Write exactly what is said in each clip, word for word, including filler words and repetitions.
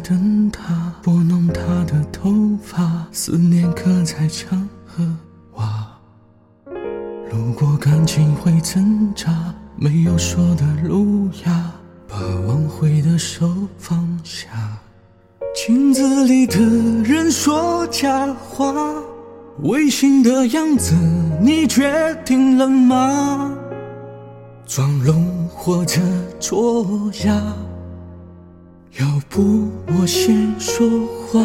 等他，拨弄他的头发，思念刻在墙和瓦。如果感情会挣扎，没有说的路亚，把挽回的手放下。镜子里的人说假话，违心的样子你决定了吗？装聋或者作哑，要不我先说话。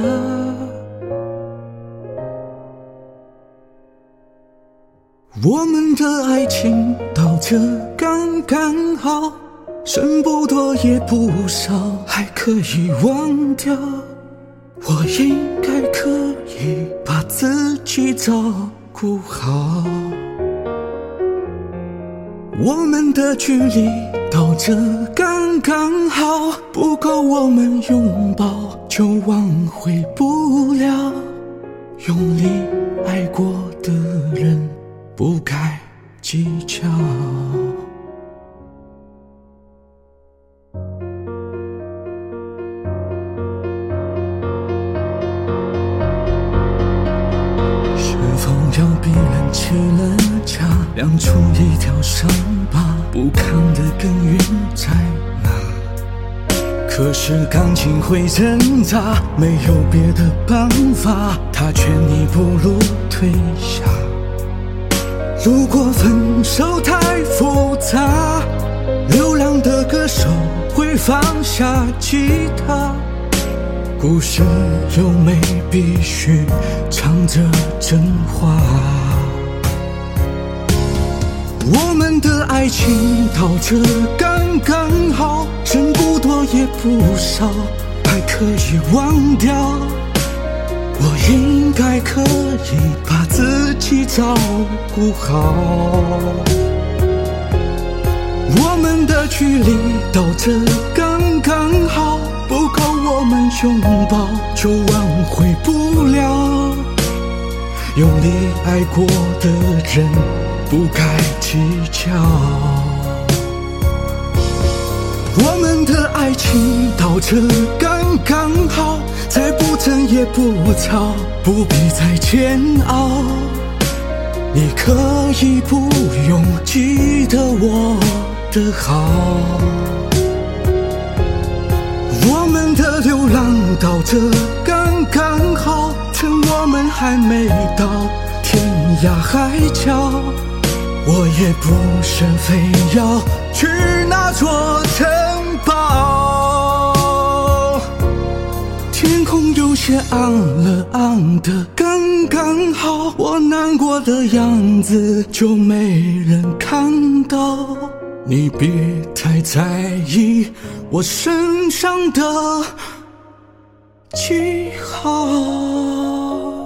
我们的爱情到这刚刚好，剩不多也不少，还可以忘掉。我应该可以把自己照顾好。我们的距离到这刚刚好，不够我们拥抱就挽回不了。用力爱过的人不该计较。是否要逼人起了家，亮出一条伤疤，不堪的根源在哪？可是感情会挣扎，没有别的办法，他劝你不如退下。如果分手太复杂，流浪的歌手会放下吉他，故事又没必须唱着真话。我们的爱情到这刚刚好，剩不多也不少，还可以忘掉。我应该可以把自己照顾好。我们的距离到这刚刚好，不够我们拥抱就挽回不了。用力爱过的人不该计较。我们的爱情到这刚刚好，再不争也不吵，不必再煎熬。你可以不用记得我的好。我们的流浪到这刚刚好，趁我们还没到天涯海角，我也不是非要去那座城堡。天空有些暗了暗的刚刚好，我难过的样子就没人看到。你别太在意我身上的记号。